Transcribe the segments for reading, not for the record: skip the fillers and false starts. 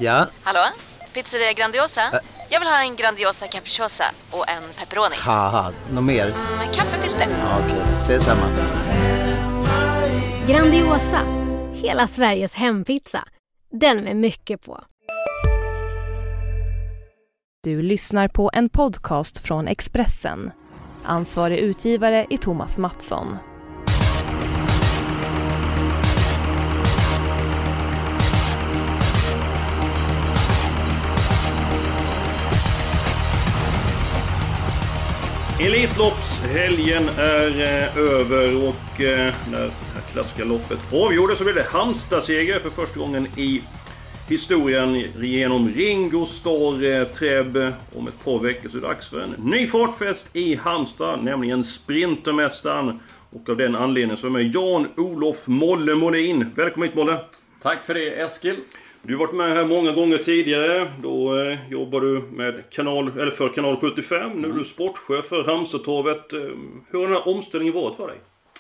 Ja? Hallå? Pizzeria Grandiosa? Jag vill ha en Grandiosa capriciosa och en pepperoni. Haha, något mer? Kaffefilter. Ja, okej, ses samma. Grandiosa, hela Sveriges hempizza. Den med mycket på. Du lyssnar på en podcast från Expressen. Ansvarig utgivare är Thomas Mattsson. Elitloppshelgen är över och när det här klassiska loppet avgjordes så blev det Halmstad-seger för första gången i historien genom Ringo Starr Treb. Om ett par veckor så är det dags för en ny fartfest i Halmstad, nämligen Sprintermästaren. Och av den anledningen så är med Jan-Olof Molle Molin. Välkommen hit, Molle. Tack för det, Eskil. Du har varit med här många gånger tidigare. Då jobbar du med för kanal 75. Nu är du sportchef för Halmstadtorvet. Hur har den här omställningen varit för dig?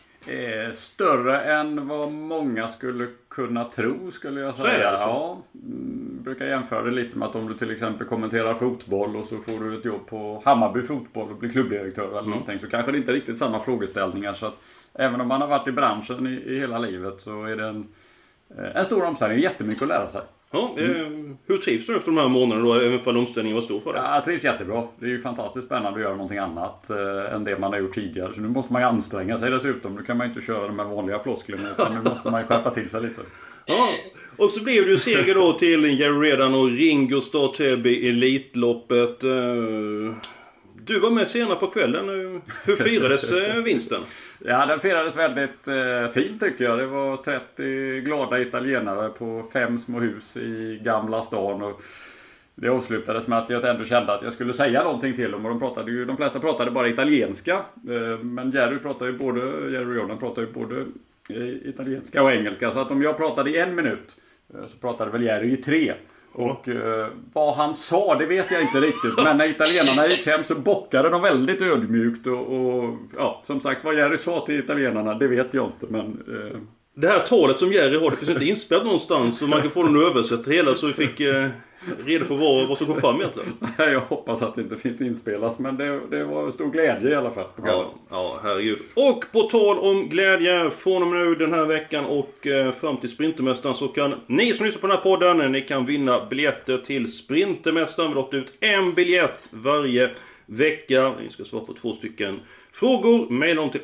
Större än vad många skulle kunna tro, skulle jag säga. Så är det alltså? Ja, brukar jämföra det lite med att om du till exempel kommenterar fotboll och så får du ett jobb på Hammarby fotboll och blir klubbdirektör eller någonting, så kanske det inte är riktigt samma frågeställningar. Så att även om man har varit i branschen i hela livet så är det en stor omställning. Jättemycket att lära sig. Ja, hur trivs du efter de här månaderna då, även för omställningen var stor för dig? Ja, jag trivs jättebra. Det är ju fantastiskt spännande att göra någonting annat än det man har gjort tidigare. Så nu måste man ju anstränga sig dessutom. Nu kan man inte köra de här vanliga flosklerna, utan nu måste man ju skärpa till sig lite. Ja, och så blev det ju seger då till Jerry Redan och Ringo Starr Treb i Elitloppet. Du var med senare på kvällen. Hur firades vinsten? Ja, den firades väldigt fint tycker jag. Det var 30 glada italienare på 5 små hus i Gamla stan. Och det avslutades med att jag ändå kände att jag skulle säga någonting till dem. Och de flesta pratade bara italienska. Men Jerry Jordan pratade ju både italienska och engelska. Så att om jag pratade i 1 minut så pratade väl Jerry i 3. Och vad han sa, det vet jag inte riktigt. Men när italienarna gick hem så bockade de väldigt ödmjukt. Och ja, som sagt, vad Jerry sa till italienarna, det vet jag inte. Men det här talet som Jerry har, det finns inte inspelat någonstans. Så man kan få den översätta hela så vi fick reda på vad som går fram egentligen. Jag hoppas att det inte finns inspelat. Men det var stor glädje i alla fall. Ja, herregud. Och på tal om glädje, från och med nu den här veckan och fram till Sprintermästaren så kan ni som lyssnar på den här podden, ni kan vinna biljetter till Sprintermästaren. Vi låter ut en biljett varje vecka. Ni ska svara på 2 stycken frågor. Maila dem till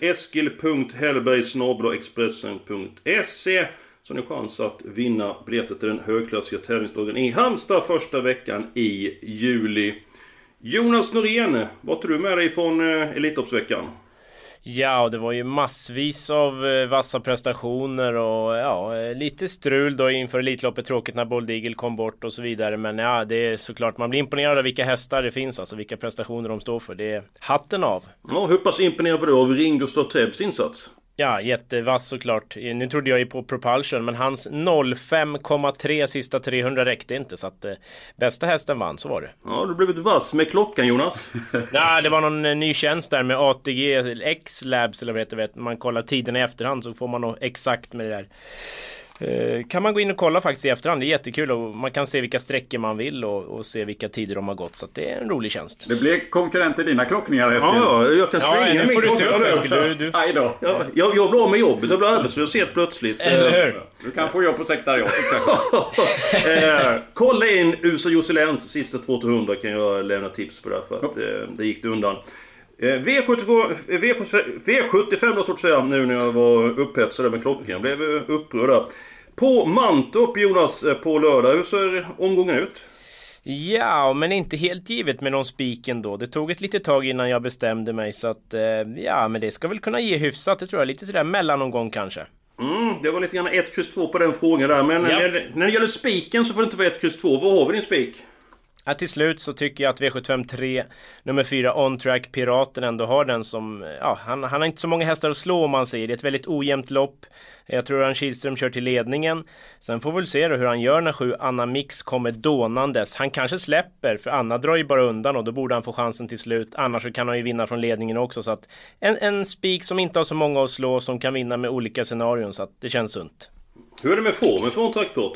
eskil.hellberg@expressen.se så ni har chans att vinna biljetter till den högklassiga tävlingsdagen i Halmstad första veckan i juli. Jonas Norén, vad tror du med dig från Elitloppsveckan? Ja, det var ju massvis av vassa prestationer och ja, lite strul då inför Elitloppet. Tråkigt när Bold Eagle kom bort och så vidare. Men ja, det är såklart, man blir imponerad av vilka hästar det finns, alltså vilka prestationer de står för. Det är hatten av. Ja, hur pass imponerad var du av Ringo Starr Trebs insats? Ja, jättevass såklart. Nu trodde jag ju på Propulsion, men hans 05,3 sista 300 räckte inte. Så att bästa hästen vann, så var det. Ja, du blev ett vass med klockan, Jonas. Ja, det var någon ny tjänst där med ATG X-Labs eller vad det heter. Man kollar tiden i efterhand så får man nog exakt med det där. Kan man gå in och kolla faktiskt i efterhand. Det är jättekul och man kan se vilka sträckor man vill och se vilka tider de har gått. Så att det är en rolig tjänst. Det blir konkurrent i dina klockningar, Eskil. Ja, jag kan slänga nu får du se upp, Eskil. Aj då. Jag blir av med jobbet. Jag blir arbetslös helt plötsligt. Eller hur? Du kan få jobb på sekretariatet. Kolla in USA Joseläns sista 200 kan jag lämna tips på det för att det gick det undan. V75 då så att säga, nu när jag var upphetsad med klockan. Jag blev upprörd. På Mantorp, Jonas, på lördag. Hur ser omgången ut? Ja, men inte helt givet med någon spiken då. Det tog ett litet tag innan jag bestämde mig. Så att, ja, men det ska väl kunna ge hyfsat. Det tror jag, lite sådär mellanomgång kanske. Det var lite grann 1-2 på den frågan där. Men när det gäller spiken så får det inte vara 1-2. Vad har vi din spik? Ja, till slut så tycker jag att V753 nummer 4 On Track Piraten ändå har den som, ja, han har inte så många hästar att slå om man säger. Det är ett väldigt ojämnt lopp. Jag tror att Kihlström kör till ledningen. Sen får vi väl se då hur han gör när 7 Anna Mix kommer dånandes. Han kanske släpper, för Anna drar ju bara undan och då borde han få chansen till slut. Annars så kan han ju vinna från ledningen också. Så att en spik som inte har så många att slå, som kan vinna med olika scenarion, så att det känns sunt. Hur är det med formen från trackpiraten?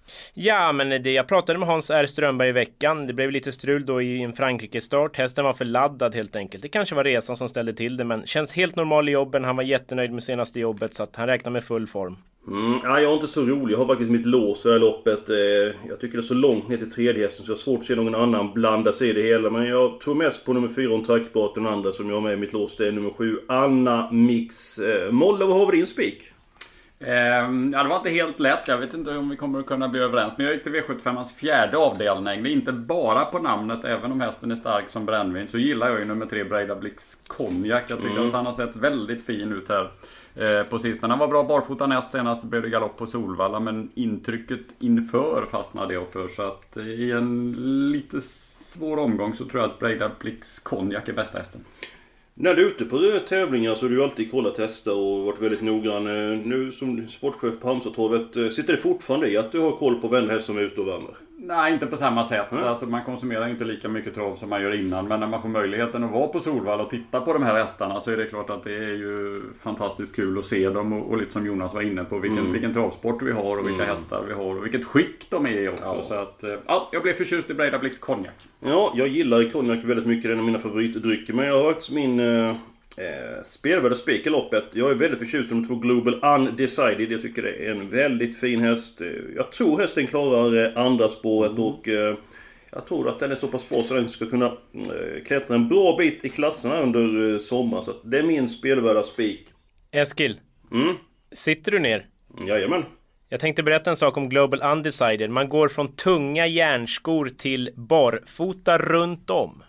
Ja, men jag pratade med Hans R. Strömberg i veckan. Det blev lite strul då i en Frankrike-start. Hästen var för laddad helt enkelt. Det kanske var resan som ställde till det, men känns helt normal i jobben. Han var jättenöjd med senaste jobbet, så att han räknar med full form. Ja, jag är inte så rolig. Jag har faktiskt mitt lås i det här loppet. Jag tycker det är så långt ner till tredje hästen så jag har svårt att se någon annan blanda sig i det hela. Men jag tror mest på nummer 4 om trackbart. Den andra som jag har med i mitt lås, det är nummer 7 Anna Mix. Molle, vad har vi din spik? Ja, det var inte helt lätt. Jag vet inte om vi kommer att kunna bli överens. Men jag gick till V75ans fjärde avdelning. Det är inte bara på namnet. Även om hästen är stark som brännvin, så gillar jag ju nummer 3 Breida Blix Konjak. Jag tycker att han har sett väldigt fin ut här på sistone. Han var bra barfota näst senast. Det blev det galopp på Solvalla. Men intrycket inför fastnade jag för. Så att i en lite svår omgång så tror jag att Breida Blix Konjak är bästa hästen. När du är ute på tävlingar så har du alltid kollat testa och varit väldigt noggrann. Nu som sportchef på Halmstadtorvet, sitter det fortfarande i att du har koll på vem häst som är ute och värmer? Nej, inte på samma sätt. Alltså, man konsumerar inte lika mycket trav som man gör innan. Men när man får möjligheten att vara på Solvalla och titta på de här hästarna, så är det klart att det är ju fantastiskt kul att se dem. Och lite som Jonas var inne på, vilken travsport vi har och vilka hästar vi har och vilket skick de är i också. Ja. Så att, jag blev förtjust i Breida Blix Konjak. Ja, jag gillar konjak väldigt mycket. Det är en av mina favoritdrycker. Men jag har också min spelvärda spik i loppet. Jag är väldigt förtjust i de 2 Global Undecided. Jag tycker det är en väldigt fin häst. Jag tror hästen klarar andra spåret och jag tror att den är så pass bra så den ska kunna klättra en bra bit i klasserna under sommar. Så det är min spelvärda spik. Eskil, sitter du ner? Jajamän. Jag tänkte berätta en sak om Global Undecided. Man går från tunga järnskor till barfota runt om.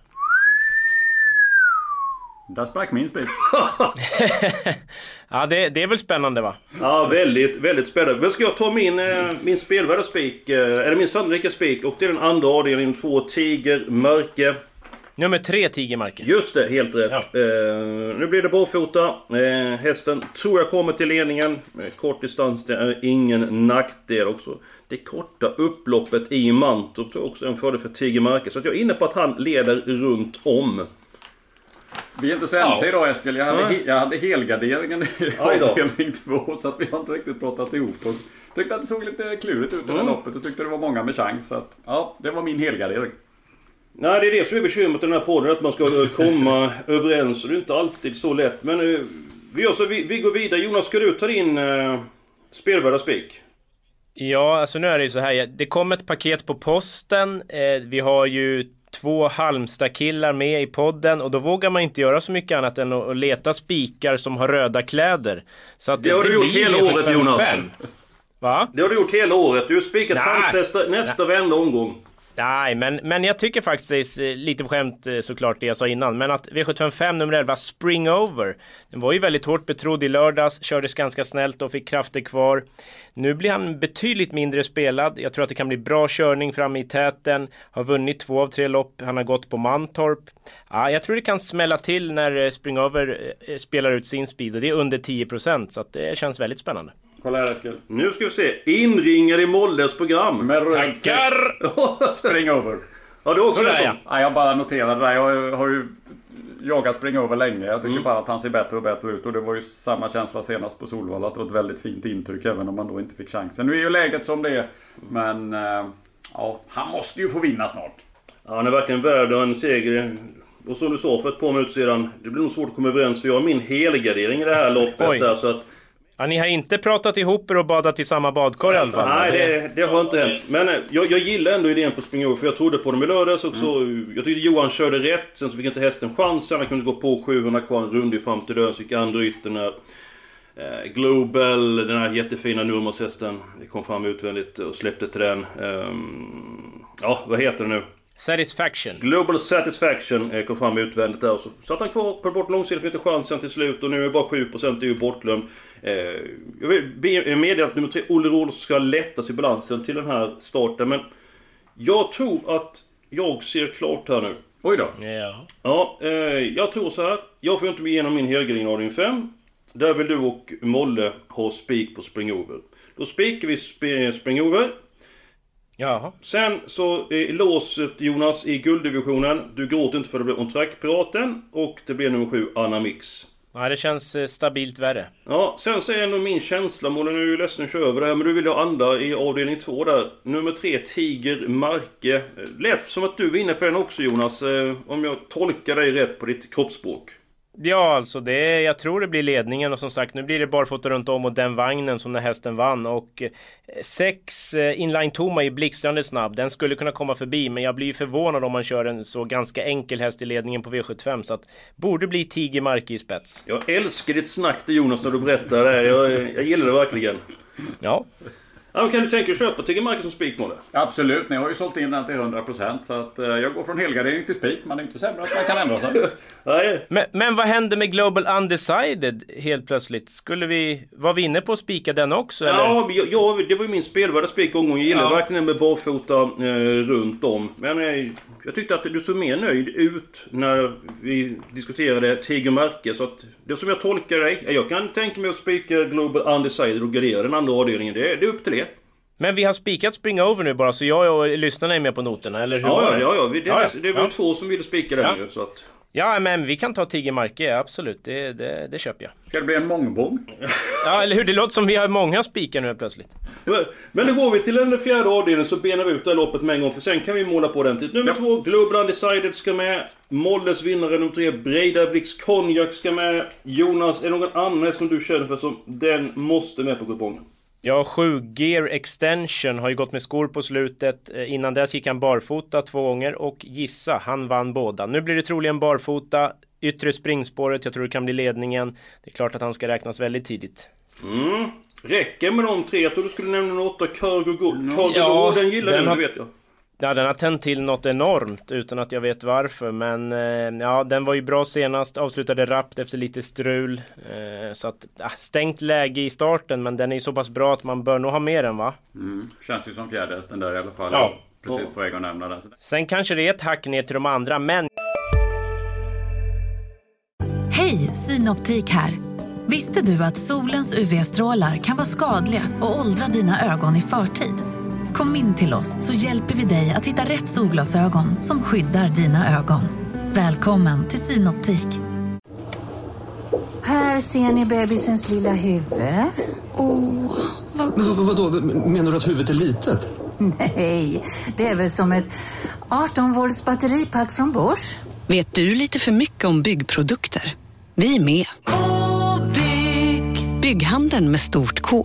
Där sprack min spik. Ja, det är väl spännande, va? Ja, väldigt, väldigt spännande. Men ska jag ta min spelvärda spik, eller min sannolika spik, och det är den andra avdelningen, 2 Tigermärke. Nummer 3 Tigermärke. Just det, helt rätt. Ja. Nu blir det barfota. Hästen tror jag kommer till ledningen. Kort distans, det är ingen nackdel också. Det korta upploppet i Mantorp tror jag också är en fördel för Tigermärke. Så att jag är inne på att han leder runt om. Vi är inte så ense idag, Eskil. Jag hade helgarderingen i avdelning 2, så att vi har inte riktigt pratat ihop oss. Tyckte att det såg lite klurigt ut i det här loppet och tyckte det var många med chans. Så att, ja, det var min helgardering. Nej, det är det som är bekymret i den här podden, att man ska komma överens, och det är inte alltid så lätt. Men vi går vidare. Jonas, ska du ta din spelvärda spik? Ja, alltså nu är det ju så här. Det kom ett paket på posten. Vi har ju 2 Halmstad-killar med i podden, och då vågar man inte göra så mycket annat än att leta spikar som har röda kläder. Så att det har du gjort hela året, Jonas. Va? Det har du gjort hela året. Du har spikat Halmstad nästa vända omgång. Nej, men jag tycker faktiskt lite på skämt såklart det jag sa innan. Men att V75 nummer 11 Spring Over, den var ju väldigt hårt betrodd i lördags. Kördes ganska snällt och fick krafter kvar. Nu blir han betydligt mindre spelad. Jag tror att det kan bli bra körning fram i täten. Har vunnit 2 av 3 lopp. Han har gått på Mantorp. Ja, jag tror det kan smälla till när Spring Over spelar ut sin speed. Och det är under 10%, så att det känns väldigt spännande. Kolla här, Eskil. Nu ska vi se. Inringar i Molles program. Tackar! Spring Over. Ja, det är också det. Ja, jag bara noterade det. Jag har ju jagat Spring Over länge. Jag tycker bara att han ser bättre och bättre ut. Och det var ju samma känsla senast på Solvalla. Att det var ett väldigt fint intryck, även om man då inte fick chansen. Nu är ju läget som det är. Men ja, han måste ju få vinna snart. Ja, han är verkligen värd en seger. Och som du sa för ett par minuter sedan, det blir nog svårt att komma överens, för jag har min helgardering i det här loppet där, så att... Ja, ni har inte pratat ihop er och badat i samma badkar i alla fall? Nej, det har inte hänt. Men jag gillar ändå idén på Spring Over, för jag trodde på dem i lördags också. Jag tyckte Johan körde rätt, sen så fick inte hästen chansen. Han kunde gå på 700 kvar, en rund fram till dörren, så gick andra ytten när Global, den här jättefina nummershästen, kom fram utvändigt och släppte till den. Ja, vad heter det nu? Satisfaction. Global Satisfaction kom fram utvändigt där, och så satt han kvar på bort långsidan, fick inte chansen till slut, och nu är bara 7%, det är ju bortglömd. Jag vill meddela att nummer 3 Olle Råd ska lättas i balansen till den här starten, men jag tror att jag ser klart här nu. Oj då. Ja, jag tror så här. Jag får inte igenom min helgardering av din 5. Där vill du och Molle ha spik på Spring Over. Då spikar vi Spring Over. Jaha. Sen så är låset, Jonas, i gulddivisionen. Du gråter inte för det blir on track-piraten. Och det blir nummer 7 Anna Mix. Ja, det känns stabilt värre. Ja, sen så är ändå min känsla, Målen, nu är ju ledsen att köra över det här, men du vill ha andra i avdelning 2 där. Nummer 3, Tiger Marke. Lät som att du vinner på den också, Jonas, om jag tolkar dig rätt på ditt kroppsspråk. Ja, alltså jag tror det blir ledningen, och som sagt, nu blir det barfota runt om och den vagnen som när hästen vann, och 6 inline Toma i blixtrande snabb, den skulle kunna komma förbi, men jag blir förvånad om man kör en så ganska enkel häst i ledningen på V75, så att borde bli Tiger Marke i spets. Jag älskar ditt snack till Jonas när du berättar det. Jag gillar det verkligen. Ja. Ja, men kan du tänka dig köpa Tiger Marke som spikmål? Absolut, ni har ju sålt in den till 100%, så att jag går från helgardering till spik. Man är inte sämre att man kan ändra sig. Nej. Men vad hände med Global Undecided helt plötsligt? Var vi inne på att spika den också? Eller? Ja, det var ju min spelvärda spik omgång. Jag gillar verkligen med barfota runt om. Men jag tyckte att du såg mer nöjd ut när vi diskuterade Tiger Marke. Så att det som jag tolkar dig, jag kan tänka mig att spika Global Undecided och gardera den andra avdelningen. Det är upp till det. Men vi har spikat Spring Over nu bara, så jag och lyssnarna är med på noterna, eller hur? Det var 2 som ville spika den nu, så att... Ja, men vi kan ta Tiger Marke, absolut, det köper jag. Ska det bli en mångbång? Ja, eller hur? Det låter som vi har många spikar nu plötsligt. Men då går vi till den 4:e avdelningen, så benar vi ut det här loppet med en gång, för sen kan vi måla på den tid. Nummer 2, Global Undecided ska med. Molles vinnare nummer 3, Breidablix Konjak ska med. Jonas, är det någon annan som du känner för som den måste med på kupongen? Ja, 7 Gear Extension har ju gått med skor på slutet. Innan dess gick han barfota 2 gånger, och gissa, han vann båda. Nu blir det troligen barfota, yttre springspåret, jag tror det kan bli ledningen. Det är klart att han ska räknas väldigt tidigt. Räcker med de 3, jag tror du skulle nämna 8 Cargo Gold. Den gillar den, vet jag. Ja, den har tänt till något enormt utan att jag vet varför. Men ja, den var ju bra senast. Avslutade rappt efter lite strul. Så att stängt läge i starten. Men den är ju så pass bra att man bör nog ha med den, va? Känns ju som fjärde hästen där i alla fall. Ja. Precis på väg att nämna den. Sen kanske det är ett hack ner till de andra, men... Hej, Synoptik här. Visste du att solens UV-strålar kan vara skadliga och åldra dina ögon i förtid? Kom in till oss så hjälper vi dig att hitta rätt solglasögon som skyddar dina ögon. Välkommen till Synoptik. Här ser ni bebisens lilla huvud. Vadå? Menar du att huvudet är litet? Nej, det är väl som ett 18-volts batteripack från Bosch. Vet du lite för mycket om byggprodukter? Vi är med. Bygghandeln med stort K.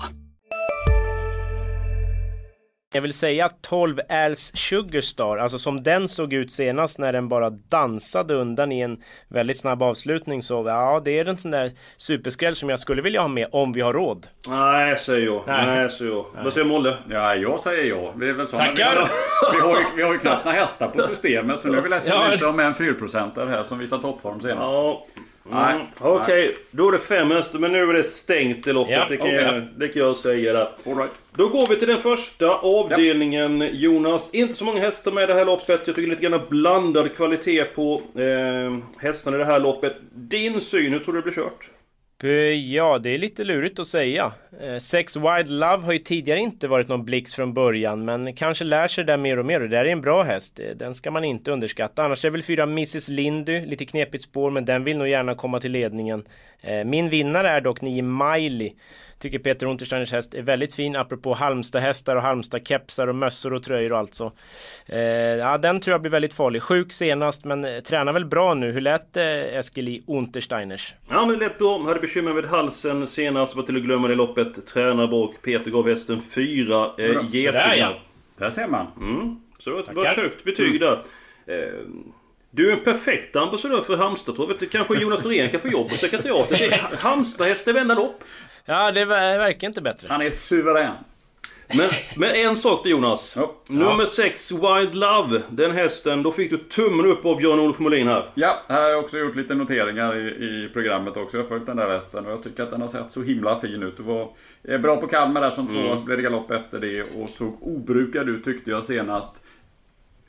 Jag vill säga 12 Als Sugarstar, alltså som den såg ut senast när den bara dansade undan i en väldigt snabb avslutning, så ja, det är en sån där superskräll som jag skulle vilja ha med om vi har råd. Nej, säger jag. Vad säger Molle? Ja, jag säger ja. Det är väl så. Tackar! Vi har ju knappt några hästar på systemet, så nu vill jag se lite om en 4% här som visar toppform senast. Ja. Okej, då är det 5 hästar, men nu är det stängt i loppet. Det kan jag säga där. All right. Då går vi till den första avdelningen, Jonas. Inte så många hästar med i det här loppet. Jag tycker lite grann blandad kvalitet på hästarna i det här loppet. Din syn, hur tror du det blir kört? Ja, det är lite lurigt att säga. 6 Wild Love har ju tidigare inte varit någon blixt från början, men kanske lär sig det mer och mer. Och det är en bra häst, den ska man inte underskatta. Annars är väl 4 Mrs. Lindy, lite knepigt spår, men den vill nog gärna komma till ledningen. Min vinnare är dock 9 Miley. Tycker Peter Untersteiners häst är väldigt fin, apropå Halmstad-hästar och Halmstad-kepsar och mössor och tröjor och allt så. Ja, den tror jag blir väldigt farlig. Sjuk senast, men tränar väl bra nu. Hur lät Eskil i Untersteiners? Ja, men det lät bra. Hade bekymmer med halsen senast, var till att glömma det loppet. Tränar bak. Peter gav hästen 4 getingar. Ja. Där ser man. Så det var ett högt betyg där. Du är en perfekt ambassadör för Halmstad, tror jag. Kanske Jonas Norén kan få jobb på sekretariatet. Halmstad-häst är vända lopp. Ja, det verkar inte bättre. Han är suverän. Men en sak till Jonas. Nummer 6 Wild Love. Den hästen, då fick du tummen upp av Jan-Olof Molin här. Ja, här har jag också gjort lite noteringar i programmet också. Jag har följt den där hästen och jag tycker att den har sett så himla fin ut. Och var bra på Kalmar där som 2, så blev det galopp efter det och såg obrukad ut tyckte jag senast.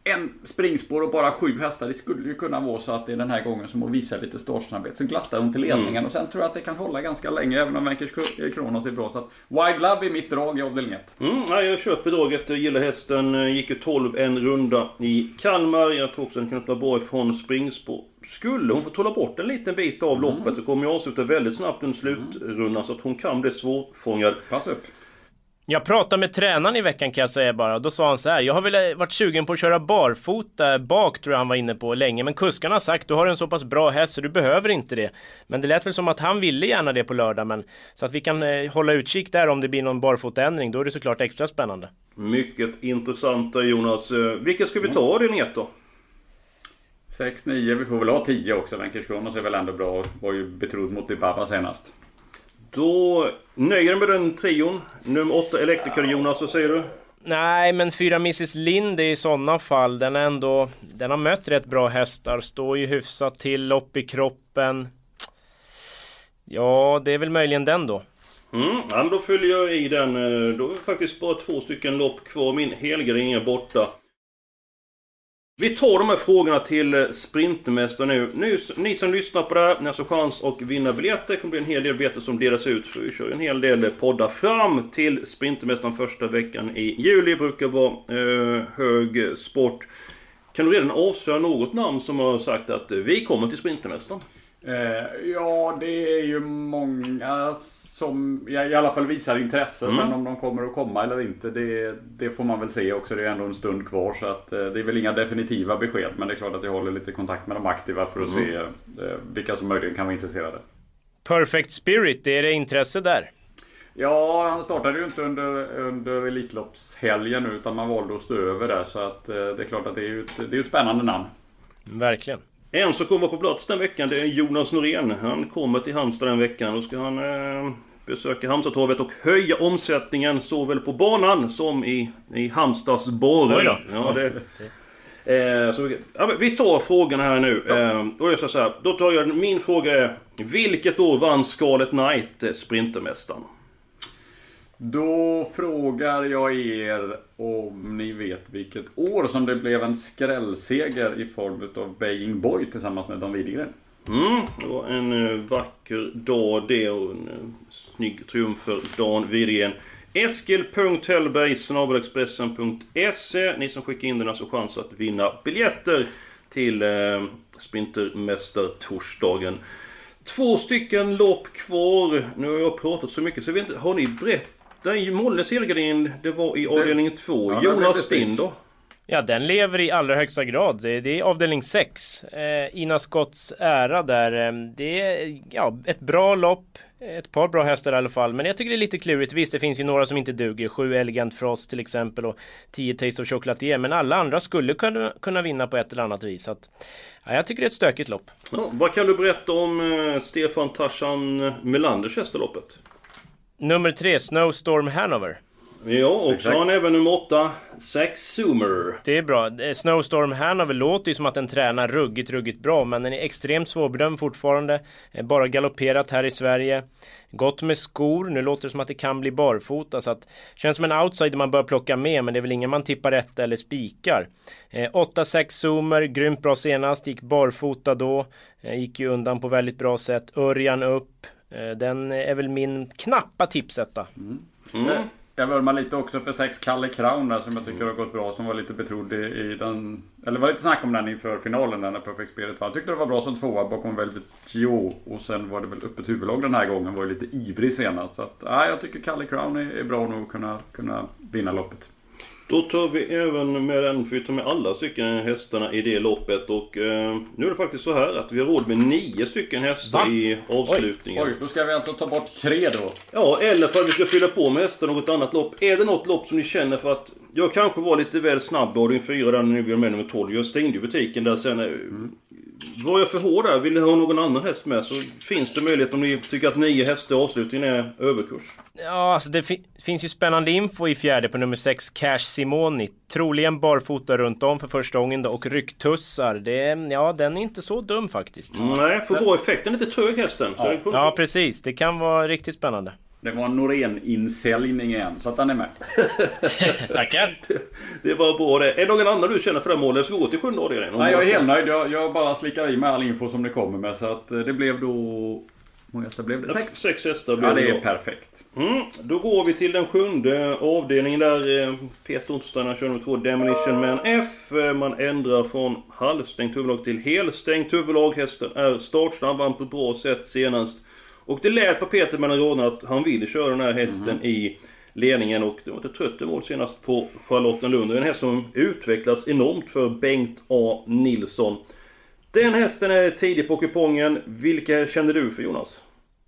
en springspår och bara 7 hästar. Det skulle ju kunna vara så att det är den här gången som att visa lite startsnabbhet. Så glattar de till ledningen och sen tror jag att det kan hålla ganska länge även om Vankers Kronos är bra. Så att Wild Love är mitt drag i avdelning 1. Ja, jag har kört bedraget. Jag gillar hästen. Gick ju 12 en runda i Kalmar. Jag tror också den kan ta bra ifrån springspår. Skulle hon få hålla bort en liten bit av loppet så kommer jag avsluta väldigt snabbt under slutrundan så att hon kan bli svårfångad. Pass upp. Jag pratade med tränaren i veckan kan jag säga bara. Då sa han så här: jag har väl varit sugen på att köra barfota bak, tror jag han var inne på länge. Men kuskarna har sagt, du har en så pass bra häst så du behöver inte det. Men det lät väl som att han ville gärna det på lördag. Men, så att vi kan hålla utkik där om det blir någon barfotändring. Då är det såklart extra spännande. Mycket intressant Jonas. Vilka ska vi ta det ner då? 6-9, vi får väl ha 10 också. Vankers Kronos är väl ändå bra. Var ju betrodd mot Dibaba senast. Då nöjer du med den trion. Nummer 8 Electrical Jonas, så säger du? Nej, men 4 Mrs. Lind i sådana fall. Den har mött rätt bra hästar. Står ju hyfsat till, lopp i kroppen. Ja, det är väl möjligen den då. Ja, men då följer jag i den. Då är det faktiskt bara 2 stycken lopp kvar. Min helgardering är borta. Vi tar de här frågorna till Sprintmästaren nu. Ni som lyssnar på det här, ni har så chans att vinna biljetter. Det kommer bli en hel del biljetter som delas ut. För vi kör en hel del poddar fram till Sprintmästaren första veckan i juli. Det brukar vara hög sport. Kan du redan avslöja något namn som har sagt att vi kommer till Sprintmästaren? Ja, det är ju många som i alla fall visar intresse. Sen om de kommer att komma eller inte, det får man väl se också. Det är ändå en stund kvar så att det är väl inga definitiva besked. Men det är klart att jag håller lite kontakt med de aktiva för att se vilka som möjligen kan vara intresserade. Perfect Spirit, är det intresse där? Ja, han startade ju inte under Elitloppshelgen nu, utan man valde att stå över där. Så att det är klart att det är ett spännande namn. Verkligen. En som kommer på plats den veckan, det är Jonas Norén. Han kommer till Halmstad den veckan. Då ska han besöka Halmstadtorvet och höja omsättningen såväl på banan som i Halmstads borre. Ja, vi tar frågorna här nu. Då tar jag min fråga är: vilket år vann Scarlet Knight Sprintermästaren? Då frågar jag er om ni vet vilket år som det blev en skrällseger i form av Beijing Boy tillsammans med Dan Widegren. Det var en vacker dag det och en snygg triumf för Dan Widegren. Eskil.Hellberg@expressen.se. Ni som skickar in den har så chans att vinna biljetter till Sprintermästar-torsdagen. 2 stycken lopp kvar. Nu har jag pratat så mycket så jag vet inte, har ni berättat? Molles helgardin, det var i avdelning 2. Ja, Jonas Stind då? Ja, den lever i allra högsta grad. Det är avdelning 6. Ina Scotts ära där. Det är ett bra lopp. Ett par bra hästar i alla fall. Men jag tycker det är lite klurigt. Visst, det finns ju några som inte duger. 7 Elegant Frost till exempel och 10 Taste of Chocolatier. Men alla andra skulle kunna vinna på ett eller annat vis. Så att, jag tycker det är ett stökigt lopp. Ja, vad kan du berätta om Stefan Tarzan Melanders hästaloppet? Nummer 3, Snowstorm Hanover. Ja, och så har han även nummer 8, Sax Zoomer. Det är bra. Snowstorm Hanover låter ju som att den tränar ruggigt bra, men den är extremt svårbedömd fortfarande. Bara galopperat här i Sverige. Gått med skor. Nu låter det som att det kan bli barfota, så att känns som en outsider man bör plocka med, men det är väl ingen man tippar rätt eller spikar. 8 Sax Zoomer, grymt bra senast. Gick barfota då. Gick ju undan på väldigt bra sätt. Örjan upp. Den är väl min knappa tipsetta. Jag värmar lite också för 6 Kalle Crown där, som jag tycker har gått bra, som var lite betrodd i den, eller var lite snack om den inför finalen där när Perfect Spirit var. Jag tyckte det var bra som 2 bakom Velvet Joe, och sen var det väl öppet huvudlag den här gången, var ju lite ivrig senast. Så att, jag tycker Kalle Crown är bra nog att kunna vinna loppet. Då tar vi även med den, för vi tar med alla stycken hästarna i det loppet. Och nu är det faktiskt så här att vi har råd med 9 stycken hästar i avslutningen. Oj, då ska vi alltså ta bort 3 då. Ja, eller för att vi ska fylla på med hästar något annat lopp. Är det något lopp som ni känner för att jag kanske var lite väl snabb av din 4 där när vi var med nummer 12. Jag stängde ju butiken där sen. Var jag för hård där? Vill ni ha någon annan häst med, så finns det möjlighet om ni tycker att 9 hästar i avslutningen är överkurs. Ja, alltså det finns ju spännande info i fjärde på nummer 6 Cash Simoni. Troligen barfota runt om för första gången då, och rycktussar. Den är inte så dum faktiskt. Nej, för bra effekten är lite trög hästen. Så ja, precis. Det kan vara riktigt spännande. Det var en Norén-insäljning igen, så att han är med. Tackar. Det var bra det. Är det någon annan du känner för det målet? Så gå till 7:e avdelningen. Nej, jag är helt nöjd. Jag bara slickar i med all info som det kommer med. Så att det blev då... Hur många hästar blev det? 6 hästar blev det. Ja, det är perfekt. Då går vi till den 7:e avdelningen där Peter Ottersteiner kör nummer 2 Demolition Man F. Man ändrar från halvstängt huvudlag till helstängt huvudlag. Hästen är startsnabb, vann på ett bra sätt senast. Och det lät på Peter mellan råden att han ville köra den här hästen i ledningen. Och det var inte trött mål senast på Charlottenlund. En häst som utvecklas enormt för Bengt A. Nilsson. Den hästen är tidig på kupongen. Vilka känner du för, Jonas?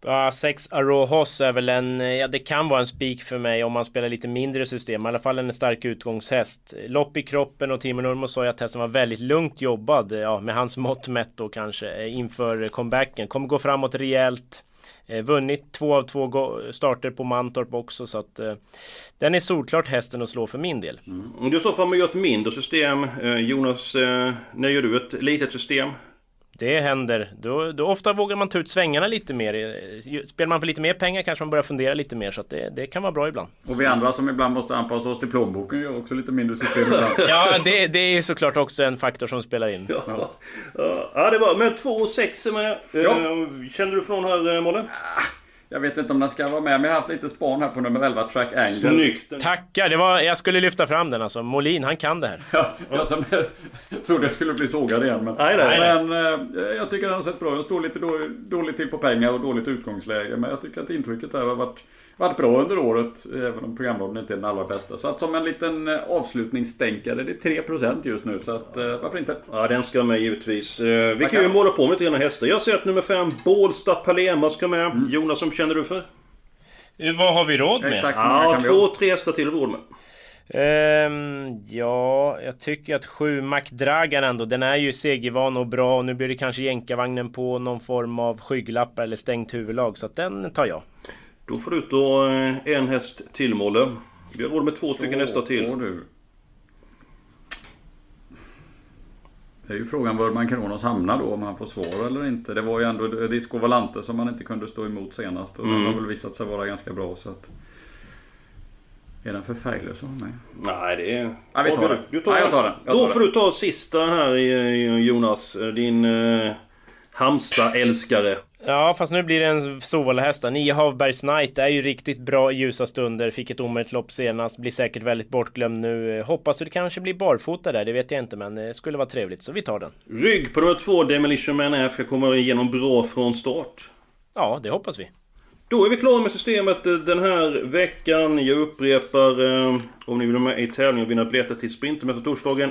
6 Arojos är väl det kan vara en spik för mig om man spelar lite mindre system. I alla fall en stark utgångshäst. Lopp i kroppen, och Timo Nurmo sa att hästen var väldigt lugnt jobbad. Med hans mått mätt då kanske inför comebacken. Kommer gå framåt rejält. Vunnit 2 av 2 starter på Mantorp också, så att den är solklart hästen att slå för min del. Du sa att man gör ett mindre system. Jonas, när gör du ett litet system? Det händer. Då ofta vågar man ta ut svängarna lite mer. Spelar man för lite mer pengar kanske man börjar fundera lite mer, så att det kan vara bra ibland. Och vi andra som ibland måste anpassa oss till plånboken gör också lite mindre system ibland. Ja, det är såklart också en faktor som spelar in. Ja, det var. Men 2 och 6 är med. Känner du från här, Molle? Jag vet inte om den ska vara med, men jag har haft lite span här på nummer 11, Track Angle. Snyggt. Tackar, jag skulle lyfta fram den alltså. Molin, han kan det här. Jag trodde jag skulle bli sågad igen. Men jag tycker den har sett bra. Jag står lite dåligt till på pengar och dåligt utgångsläge. Men jag tycker att intrycket här har varit bra under året. Även om programråden inte är den allra bästa. Så att som en liten avslutningsstänkare, det är 3% just nu. Så att varför inte? Ja, den ska med givetvis. Vi kan ju måla på med till hästar. Jag ser att nummer 5, Bålsta Palema ska med. Jonas, som känner du för? Vad har vi råd med? Exakt, 2-3 hästar till råd med. Jag tycker att 7 McDragan ändå, den är ju segervan och bra, och nu blir det kanske jänkarvagnen på någon form av skygglappar eller stängt huvudlag, så att den tar jag. Då får du ut då en häst till, Molle. Vi har råd med 2 stycken hästar till. Det är ju frågan var man Kronos hamnar då, om han får svar eller inte. Det var ju ändå Disco Volante som man inte kunde stå emot senast, och den har väl visat sig vara ganska bra, så att... Är den för färglös av mig? Nej, det är... Ja, vi tar den. Jag tar den. Då får du ta sista här, Jonas. Din Halmstad-älskare. Ja, fast nu blir det en Solvalla-häst. 9 Havbergs Knight är ju riktigt bra i ljusa stunder. Fick ett omöjligt lopp senast. Blir säkert väldigt bortglömd nu. Hoppas det kanske blir barfota där, det vet jag inte. Men det skulle vara trevligt, så vi tar den. Rygg på nummer 2, Demolition Man F, ska komma igenom bra från start. Ja, det hoppas vi. Då är vi klara med systemet den här veckan. Jag upprepar, om ni vill vara med i tävlingen och vinna biljetter till Sprintermästartorsdagen,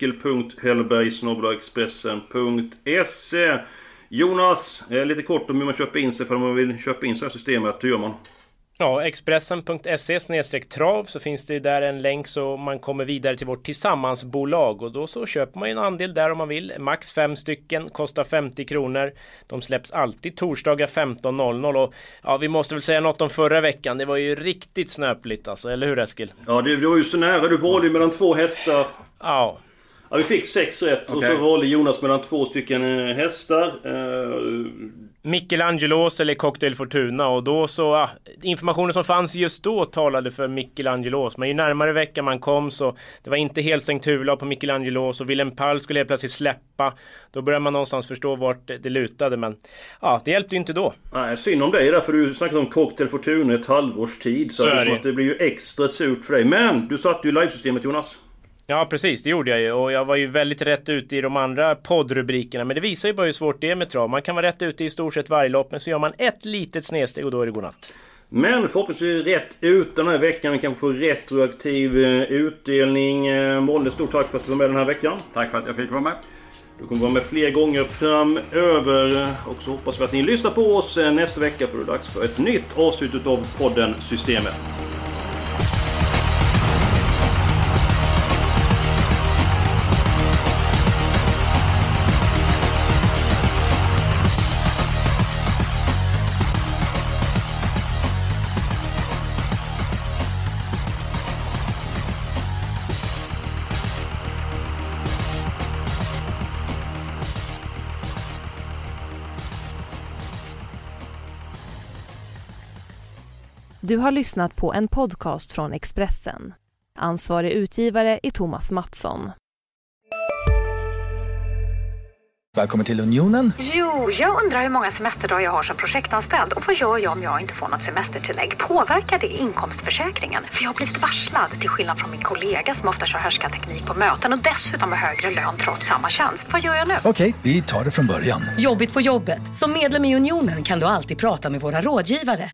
eskil.hellbergsnobelaexpressen.se. Jonas, lite kort om hur man köper in sig för om man vill köpa in sig i systemet. Hur gör man? Ja, expressen.se/trav, så finns det där en länk så man kommer vidare till vårt tillsammansbolag, och då så köper man en andel där om man vill. Max 5 stycken, kostar 50 kronor. De släpps alltid torsdagar 15.00, och ja, vi måste väl säga något om förra veckan. Det var ju riktigt snöpligt alltså, eller hur Eskil? Ja, det var ju så nära. Du valde ju mellan 2 hästar. Ja. Ja, vi fick 6 rätt, och så valde Jonas mellan 2 stycken hästar. Michelangelos eller Cocktail Fortuna, och då så informationen som fanns just då talade för Michelangelos, men ju närmare veckan man kom så det var inte helt stängt huvudlag på Michelangelos, och Willem Pall skulle helt plötsligt släppa. Då började man någonstans förstå vart det lutade, men ja, det hjälpte ju inte då. Nej, synd om dig därför du snackade om Cocktail Fortuna ett halvårs tid, så det blir ju extra surt för dig. Men du satt ju livesystemet, Jonas. Ja, precis, det gjorde jag ju, och jag var ju väldigt rätt ute i de andra poddrubrikerna, men det visar ju bara hur svårt det är med trav. Man kan vara rätt ute i stort sett varje lopp, men så gör man ett litet snedsteg och då är det godnatt. Men förhoppningsvis rätt ut den här veckan. Vi kan få retroaktiv utdelning. Molle, stort tack för att du var med den här veckan. Tack för att jag fick vara med. Du kommer vara med fler gånger framöver, och så hoppas vi att ni lyssnar på oss nästa vecka, för det är dags för ett nytt avsnitt av podden Systemet. Du har lyssnat på en podcast från Expressen. Ansvarig utgivare är Thomas Mattsson. Välkommen till Unionen. Jo, jag undrar hur många semesterdagar jag har som projektanställd. Och vad gör jag om jag inte får något semestertillägg? Påverkar det inkomstförsäkringen? För jag har blivit varslad, till skillnad från min kollega som ofta kör härskarteknik på möten och dessutom har högre lön trots samma tjänst. Vad gör jag nu? Okej, vi tar det från början. Jobbigt på jobbet. Som medlem i Unionen kan du alltid prata med våra rådgivare.